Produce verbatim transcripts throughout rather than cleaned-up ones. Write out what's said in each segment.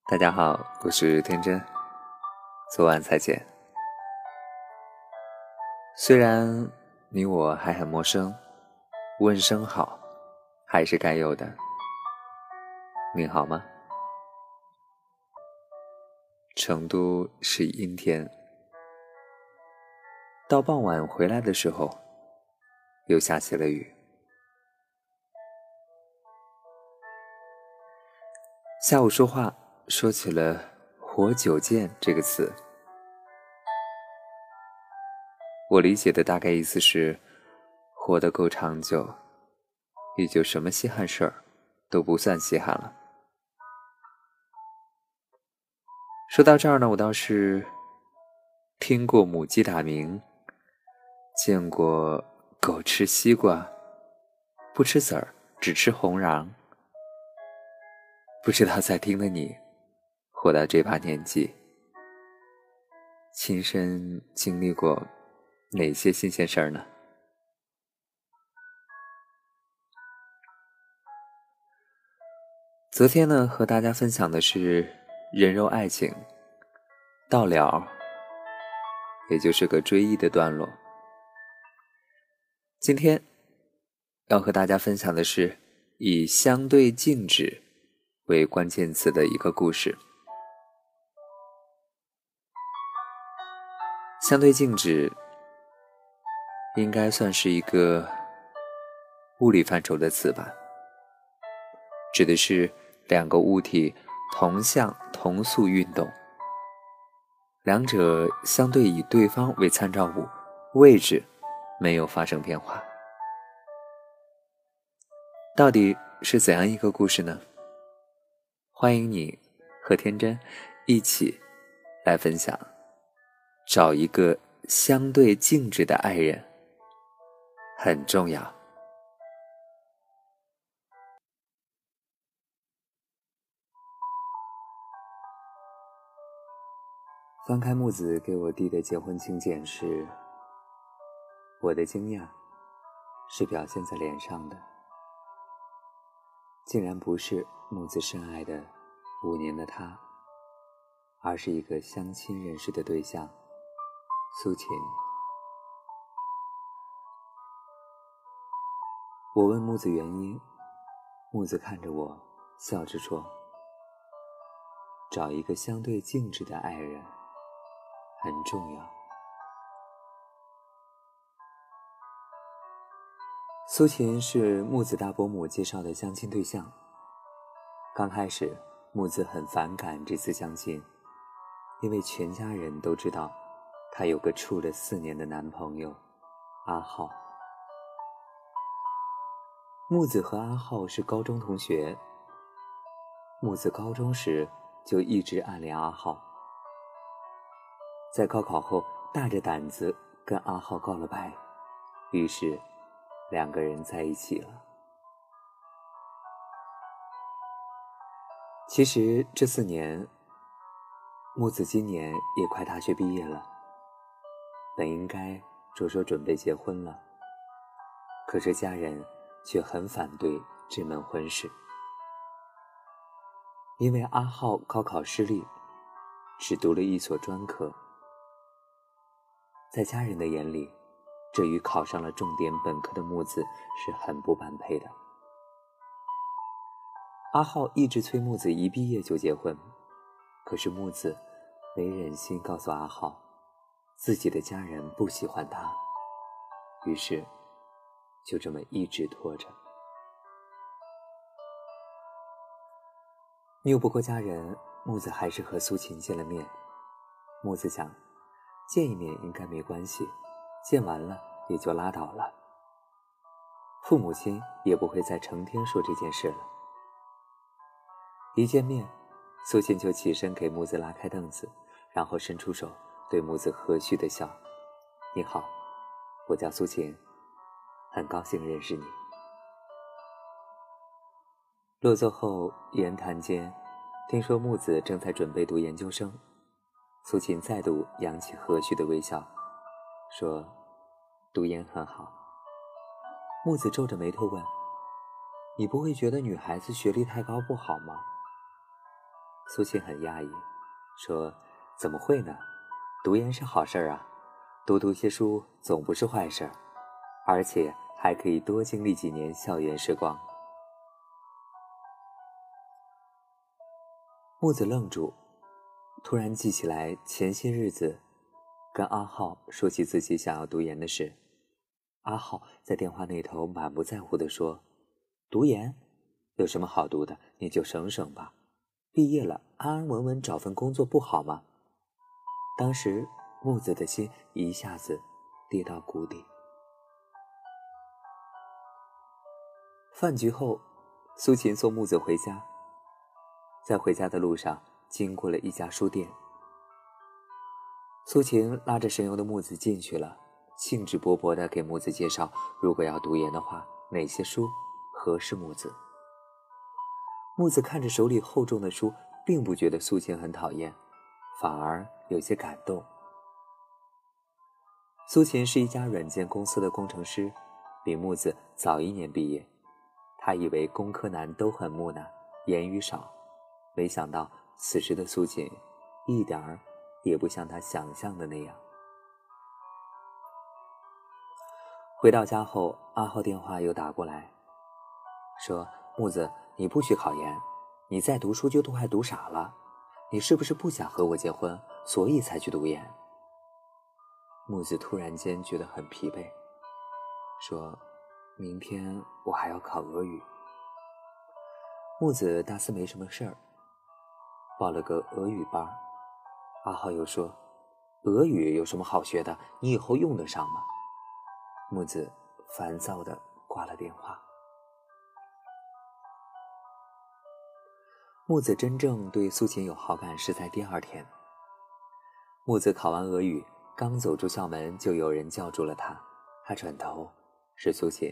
大家好，我是天真，昨晚才见。虽然你我还很陌生，问声好还是该有的。你好吗？成都是阴天，到傍晚回来的时候又下起了雨。下午说话说起了活久见这个词，我理解的大概意思是活得够长久，也就什么稀罕事儿都不算稀罕了。说到这儿呢，我倒是听过母鸡打鸣，见过狗吃西瓜不吃籽儿，只吃红瓤。不知道在听的你活到这把年纪，亲身经历过哪些新鲜事儿呢？昨天呢，和大家分享的是人肉爱情到了，也就是个追忆的段落。今天要和大家分享的是以相对静止为关键词的一个故事。相对静止应该算是一个物理范畴的词吧，指的是两个物体同向同速运动，两者相对以对方为参照物，位置没有发生变化。到底是怎样一个故事呢？欢迎你和天真一起来分享。找一个相对静止的爱人很重要。翻开木子给我递的结婚请柬时，我的惊讶是表现在脸上的，竟然不是木子深爱的五年的他，而是一个相亲认识的对象苏秦。我问木子原因，木子看着我笑着说，找一个相对静止的爱人很重要。苏秦是木子大伯母介绍的相亲对象。刚开始木子很反感这次相亲，因为全家人都知道她有个处了四年的男朋友阿浩。木子和阿浩是高中同学，木子高中时就一直暗恋阿浩，在高考后大着胆子跟阿浩告了白，于是两个人在一起了。其实这四年，木子今年也快大学毕业了，本应该着手准备结婚了，可是家人却很反对这门婚事。因为阿浩高考失利，只读了一所专科，在家人的眼里，这与考上了重点本科的木子是很不般配的。阿浩一直催木子一毕业就结婚，可是木子没忍心告诉阿浩自己的家人不喜欢他，于是就这么一直拖着。拗不过家人，木子还是和苏秦见了面。木子想，见一面应该没关系，见完了也就拉倒了，父母亲也不会再成天说这件事了。一见面，苏秦就起身给木子拉开凳子，然后伸出手对木子和煦地笑，你好，我叫苏秦，很高兴认识你。落座后言谈间，听说木子正在准备读研究生，苏秦再度扬起和煦的微笑，说读研很好。木子皱着眉头问，你不会觉得女孩子学历太高不好吗？ 苏秦很讶异，说：“怎么会呢？读研是好事啊，多读些书总不是坏事，而且还可以多经历几年校园时光。”木子愣住，突然记起来前些日子跟阿浩说起自己想要读研的事。阿浩在电话那头满不在乎地说：“读研有什么好读的，你就省省吧，毕业了安安稳稳找份工作不好吗？”当时木子的心一下子跌到谷底。饭局后，苏秦送木子回家，在回家的路上经过了一家书店，苏秦拉着神游的木子进去了，兴致勃勃地给木子介绍，如果要读研的话，哪些书合适木子。木子看着手里厚重的书，并不觉得苏秦很讨厌，反而有些感动。苏秦是一家软件公司的工程师，比木子早一年毕业。他以为工科男都很木讷，言语少，没想到此时的苏秦一点儿也不像他想象的那样。回到家后，阿浩电话又打过来，说：“木子，你不许考研，你再读书就都快读傻了，你是不是不想和我结婚，所以才去读研？”木子突然间觉得很疲惫，说：“明天我还要考俄语。”木子大四没什么事儿，报了个俄语班。阿浩又说：“俄语有什么好学的？你以后用得上吗？”木子烦躁地挂了电话。木子真正对苏秦有好感是在第二天。木子考完俄语，刚走出校门，就有人叫住了他。他转头，是苏秦。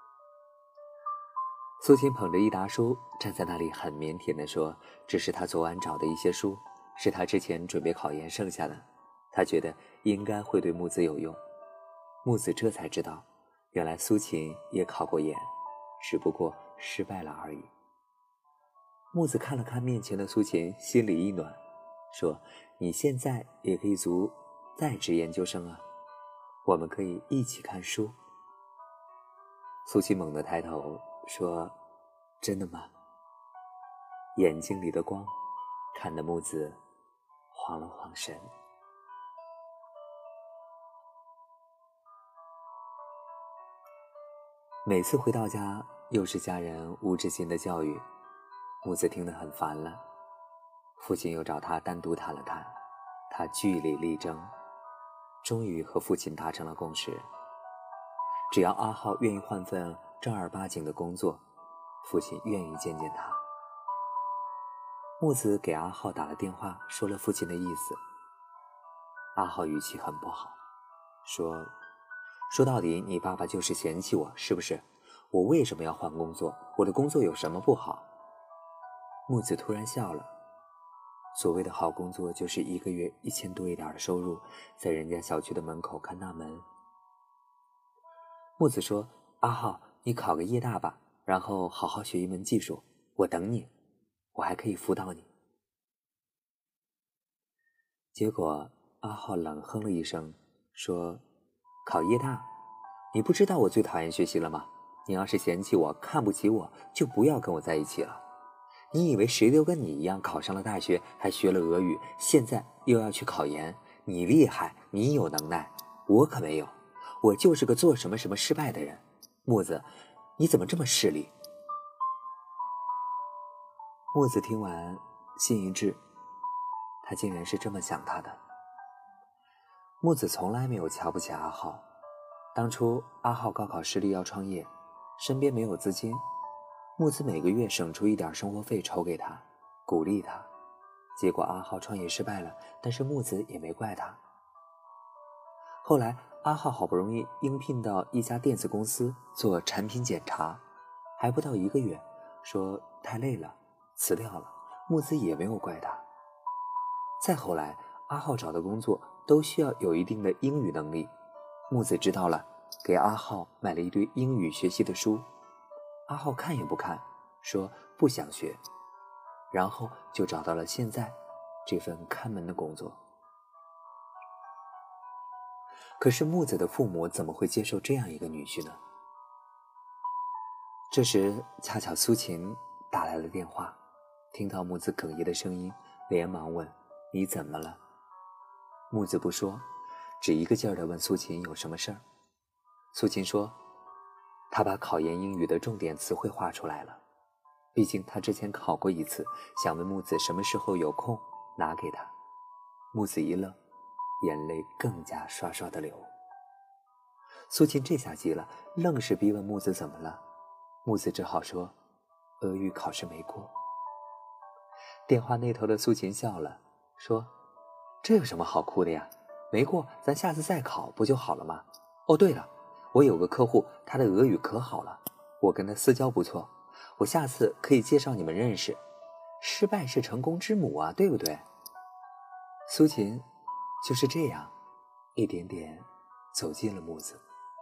苏秦捧着一沓书，站在那里很腼腆地说：“这是他昨晚找的一些书，是他之前准备考研剩下的，他觉得应该会对木子有用。”木子这才知道，原来苏秦也考过研，只不过失败了而已。木子看了看面前的苏秦，心里一暖，说：“你现在也可以读在职研究生啊，我们可以一起看书。”苏秦猛地抬头说：“真的吗？”眼睛里的光看得木子晃了晃神。每次回到家，又是家人无止境的教育，木子听得很烦了。父亲又找他单独谈了谈，他据理力争，终于和父亲达成了共识：只要阿浩愿意换份正儿八经的工作，父亲愿意见见他。木子给阿浩打了电话，说了父亲的意思。阿浩语气很不好，说：“说到底，你爸爸就是嫌弃我，是不是？我为什么要换工作？我的工作有什么不好？”木子突然笑了。所谓的好工作，就是一个月一千多一点的收入，在人家小区的门口看大门。木子说：“阿浩，你考个夜大吧，然后好好学一门技术，我等你，我还可以辅导你。”结果阿浩冷哼了一声，说：“考夜大？你不知道我最讨厌学习了吗？你要是嫌弃我，看不起我，就不要跟我在一起了。你以为谁都跟你一样考上了大学，还学了俄语，现在又要去考研？你厉害，你有能耐，我可没有，我就是个做什么什么失败的人。木子，你怎么这么势利？”木子听完心一滞，他竟然是这么想他的。木子从来没有瞧不起阿浩。当初阿浩高考失利要创业，身边没有资金，木子每个月省出一点生活费筹给他，鼓励他。结果阿浩创业失败了，但是木子也没怪他。后来阿浩好不容易应聘到一家电子公司做产品检查，还不到一个月，说太累了辞掉了，木子也没有怪他。再后来阿浩找的工作都需要有一定的英语能力，木子知道了，给阿浩买了一堆英语学习的书。阿浩看也不看，说不想学。 然后就找到了现在这份看门的工作。可是木子的父母怎么会接受这样一个女婿呢？这时恰巧苏秦打来了电话，听到木子哽咽的声音，连忙问：你怎么了？木子不说，只一个劲儿地问苏秦有什么事儿。苏秦说，他把考研英语的重点词汇画出来了，毕竟他之前考过一次，想问木子什么时候有空拿给他。木子一愣，眼泪更加刷刷地流。苏秦这下急了，愣是逼问木子怎么了。木子只好说，俄语考试没过。电话那头的苏秦笑了，说，这有什么好哭的呀？没过咱下次再考不就好了吗？哦对了，我有个客户，他的俄语可好了，我跟他私交不错，我下次可以介绍你们认识。失败是成功之母啊，对不对？苏秦就是这样一点点走进了木子。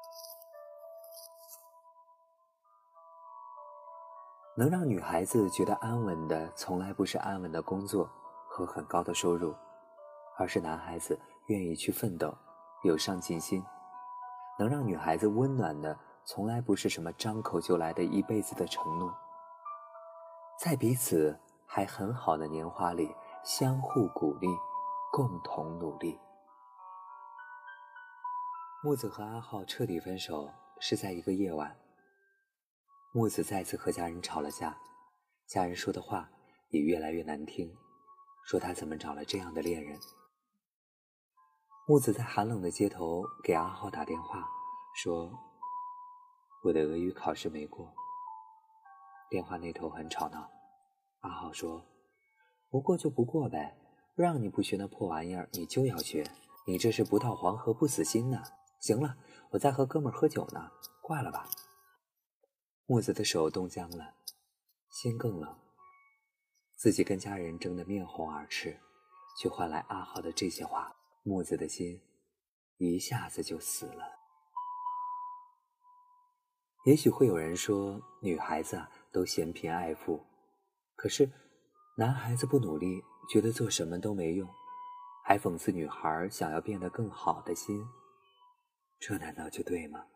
能让女孩子觉得安稳的，从来不是安稳的工作和很高的收入，而是男孩子愿意去奋斗，有上进心。能让女孩子温暖的，从来不是什么张口就来的一辈子的承诺，在彼此还很好的年华里，相互鼓励，共同努力。木子和阿浩彻底分手是在一个夜晚，木子再次和家人吵了架，家人说的话也越来越难听，说他怎么找了这样的恋人。木子在寒冷的街头给阿浩打电话，说我的俄语考试没过。电话那头很吵闹，阿浩说，不过就不过呗，让你不学那破玩意儿你就要学，你这是不到黄河不死心呢。行了，我在和哥们儿喝酒呢，挂了吧。木子的手冻僵了，心更冷，自己跟家人争得面红耳赤，却换来阿浩的这些话，木子的心一下子就死了。也许会有人说，女孩子啊都嫌贫爱富，可是男孩子不努力，觉得做什么都没用，还讽刺女孩想要变得更好的心，这难道就对吗？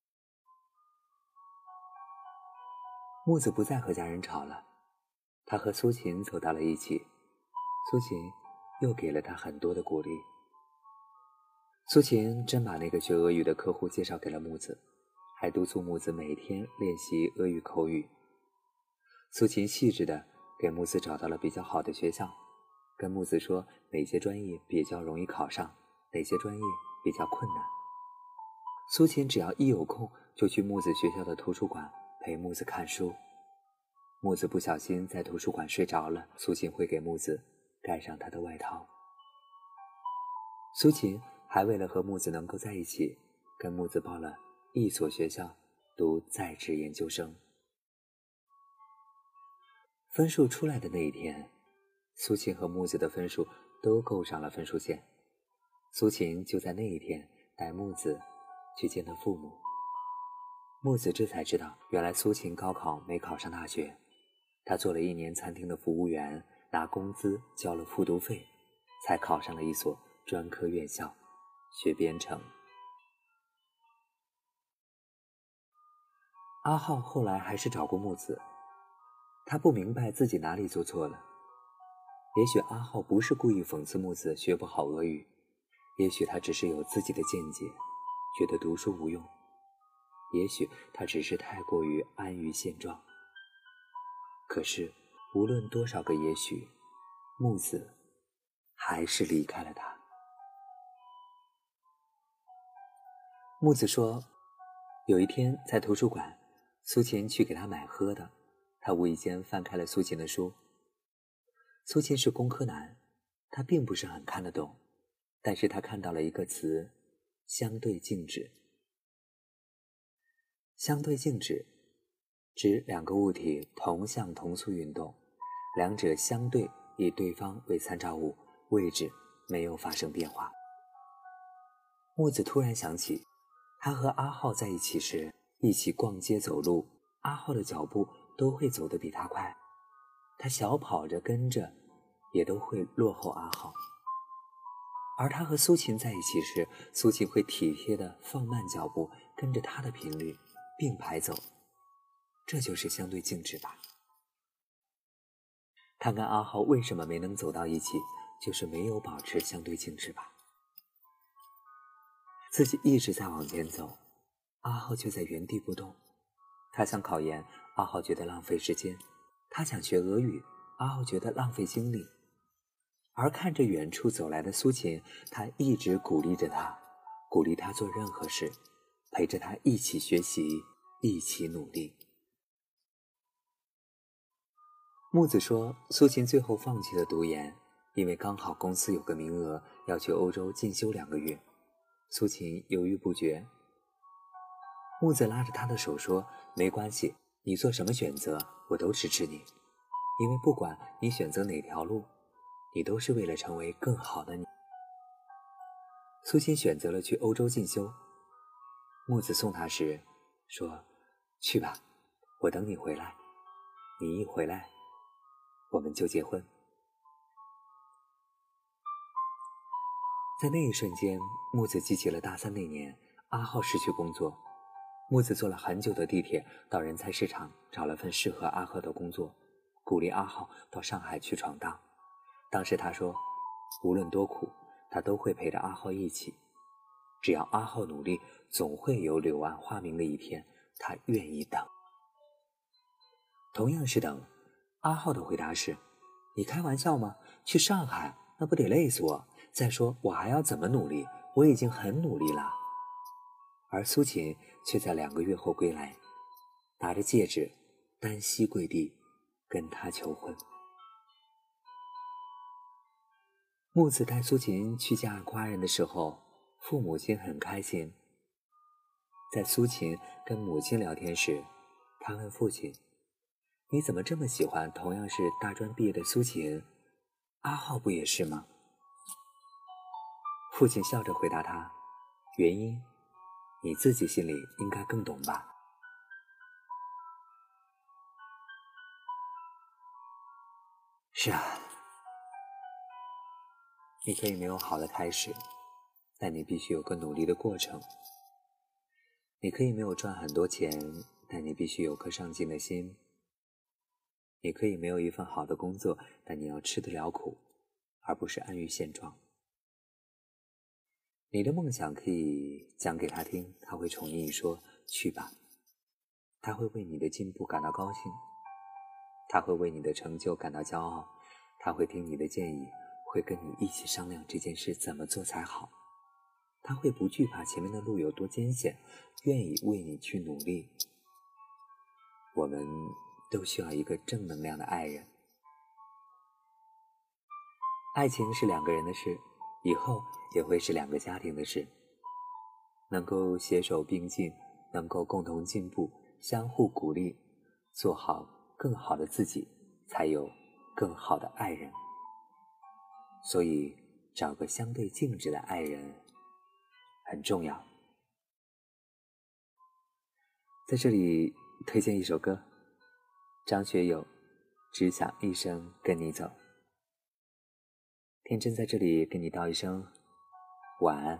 木子不再和家人吵了，他和苏秦走到了一起，苏秦又给了他很多的鼓励。苏秦真把那个学俄语的客户介绍给了木子，还督促木子每天练习俄语口语。苏秦细致地给木子找到了比较好的学校，跟木子说哪些专业比较容易考上，哪些专业比较困难。苏秦只要一有空就去木子学校的图书馆陪木子看书，木子不小心在图书馆睡着了，苏秦会给木子盖上他的外套。苏秦还为了和木子能够在一起，跟木子报了一所学校读在职研究生。分数出来的那一天，苏秦和木子的分数都够上了分数线。苏秦就在那一天带木子去见他父母。木子这才知道，原来苏秦高考没考上大学，他做了一年餐厅的服务员，拿工资交了复读费，才考上了一所专科院校，学编程。阿浩后来还是找过木子，他不明白自己哪里做错了。也许阿浩不是故意讽刺木子学不好俄语，也许他只是有自己的见解，觉得读书无用，也许他只是太过于安于现状。可是无论多少个也许，木子还是离开了他。木子说，有一天在图书馆，苏秦去给他买喝的，他无意间翻开了苏秦的书。苏秦是工科男，他并不是很看得懂，但是他看到了一个词，相对静止。相对静止指两个物体同向同速运动，两者相对以对方为参照物，位置没有发生变化。木子突然想起，他和阿浩在一起时，一起逛街走路，阿浩的脚步都会走得比他快， 他小跑着跟着，也都会落后阿浩。而他和苏秦在一起时，苏秦会体贴地放慢脚步，跟着他的频率并排走。这就是相对静止吧。他跟阿浩为什么没能走到一起，就是没有保持相对静止吧。自己一直在往前走，阿浩却在原地不动。他想考研，阿浩觉得浪费时间；他想学俄语，阿浩觉得浪费精力。而看着远处走来的苏秦，他一直鼓励着他，鼓励他做任何事，陪着他一起学习，一起努力。木子说，苏秦最后放弃了读研，因为刚好公司有个名额要去欧洲进修两个月。苏秦犹豫不决。木子拉着他的手说，没关系，你做什么选择我都支持你，因为不管你选择哪条路，你都是为了成为更好的你。苏秦选择了去欧洲进修。木子送他时说，去吧，我等你回来，你一回来我们就结婚。在那一瞬间，木子记起了大三那年，阿浩失去工作。木子坐了很久的地铁到人才市场，找了份适合阿浩的工作，鼓励阿浩到上海去闯荡。当时他说，无论多苦，他都会陪着阿浩一起。只要阿浩努力，总会有柳暗花明的一天，他愿意等。同样是等，阿浩的回答是，你开玩笑吗？去上海那不得累死我，再说我还要怎么努力，我已经很努力了。而苏秦却在两个月后归来，拿着戒指单膝跪地跟他求婚。木子带苏秦去家里夸人的时候，父母亲很开心。在苏秦跟母亲聊天时，他问父亲，你怎么这么喜欢同样是大专毕业的苏秦？阿浩不也是吗？父亲笑着回答他，原因你自己心里应该更懂吧。是啊，你可以没有好的开始，但你必须有个努力的过程。你可以没有赚很多钱，但你必须有颗上进的心。你可以没有一份好的工作，但你要吃得了苦，而不是安于现状。你的梦想可以讲给他听，他会宠你说去吧。他会为你的进步感到高兴，他会为你的成就感到骄傲，他会听你的建议，会跟你一起商量这件事怎么做才好。他会不惧怕前面的路有多艰险，愿意为你去努力。我们都需要一个正能量的爱人。爱情是两个人的事，以后也会是两个家庭的事。能够携手并进，能够共同进步，相互鼓励，做好更好的自己，才有更好的爱人。所以找个相对静止的爱人很重要。在这里推荐一首歌，张学友，只想一生跟你走。天真在这里跟你道一声晚安。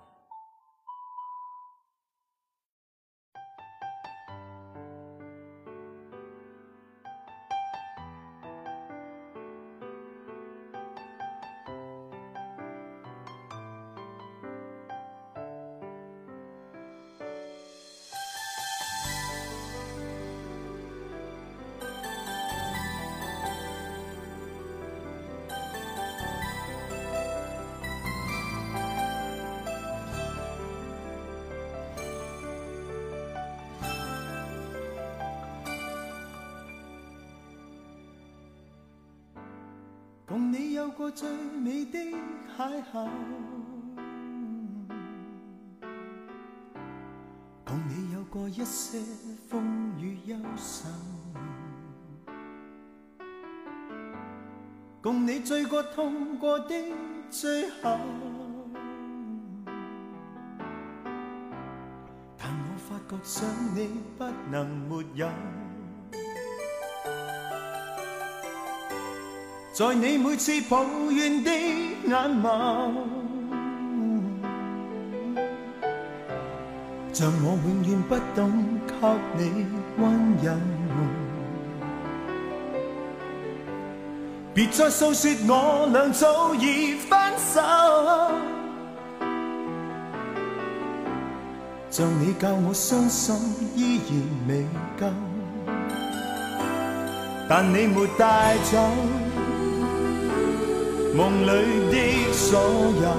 共你有过最美的邂逅，共你有过一些風雨憂愁，共你醉過痛過的最後，但我發覺想你不能沒有。 在你每次抱怨的眼眸，像我永遠不懂給你溫柔。別再訴說我倆早已分手，像你教我傷心依然未夠，但你沒帶走夢裏的所有，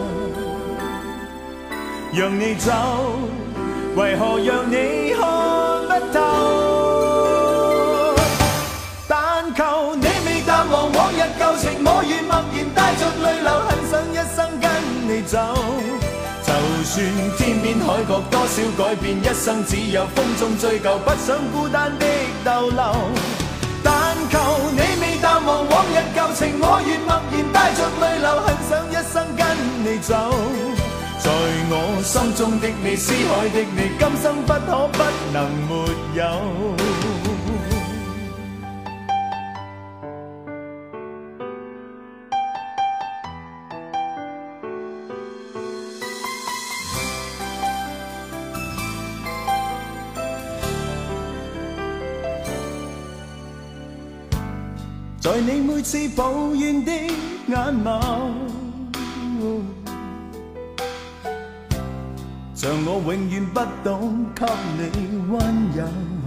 讓你走，為何讓你看不透？但求你未淡忘往日舊情，我願默然帶着淚流，很想一生跟你走。就算天邊海角多少改變，一生只有風中追究，不想孤單的逗留。但求你未淡忘往日舊情，我願默然帶着淚流，很想一生跟你走。在我心中的你，思海的你，今生不可不能沒有。在你每次抱怨的眼眸，像我永遠不懂給你溫柔。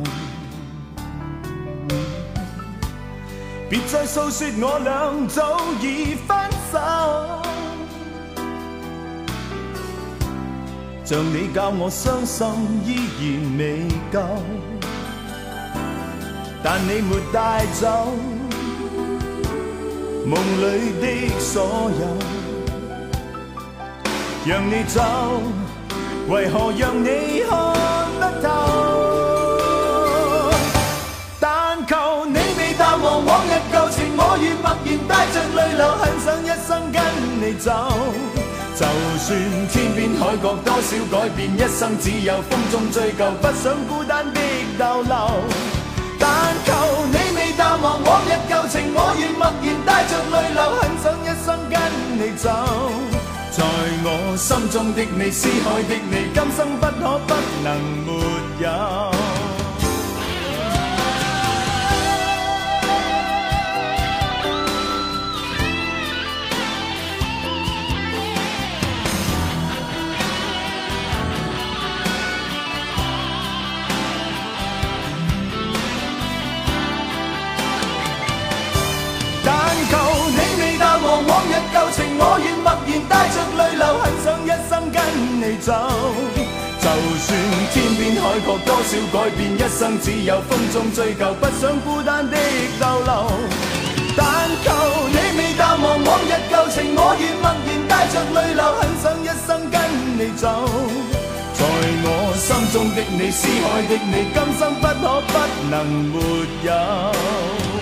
別再訴說我倆早已分手，像你教我傷心依然未夠，但你沒帶走夢裏的所有，讓你走，為何讓你看不透？但求你未淡忘往日舊情，我願默然帶着淚流，很想一生跟你走。就算天邊海角多少改變，一生只有風中追究，不想孤單的逗留。但求你未淡忘往日舊情，我願默然帶着淚流，很想一生跟你走。在我心中的你，思海的你，今生不可不能沒有。往日舊情，我願默然帶着淚流，很想一生跟你走。就算天邊海角多少改變，一生只有風中追究，不想孤單的逗留。但求你未淡忘往日舊情，我願默然帶着淚流，很想一生跟你走。在我心中的你，思海的你，今生不可不能沒有。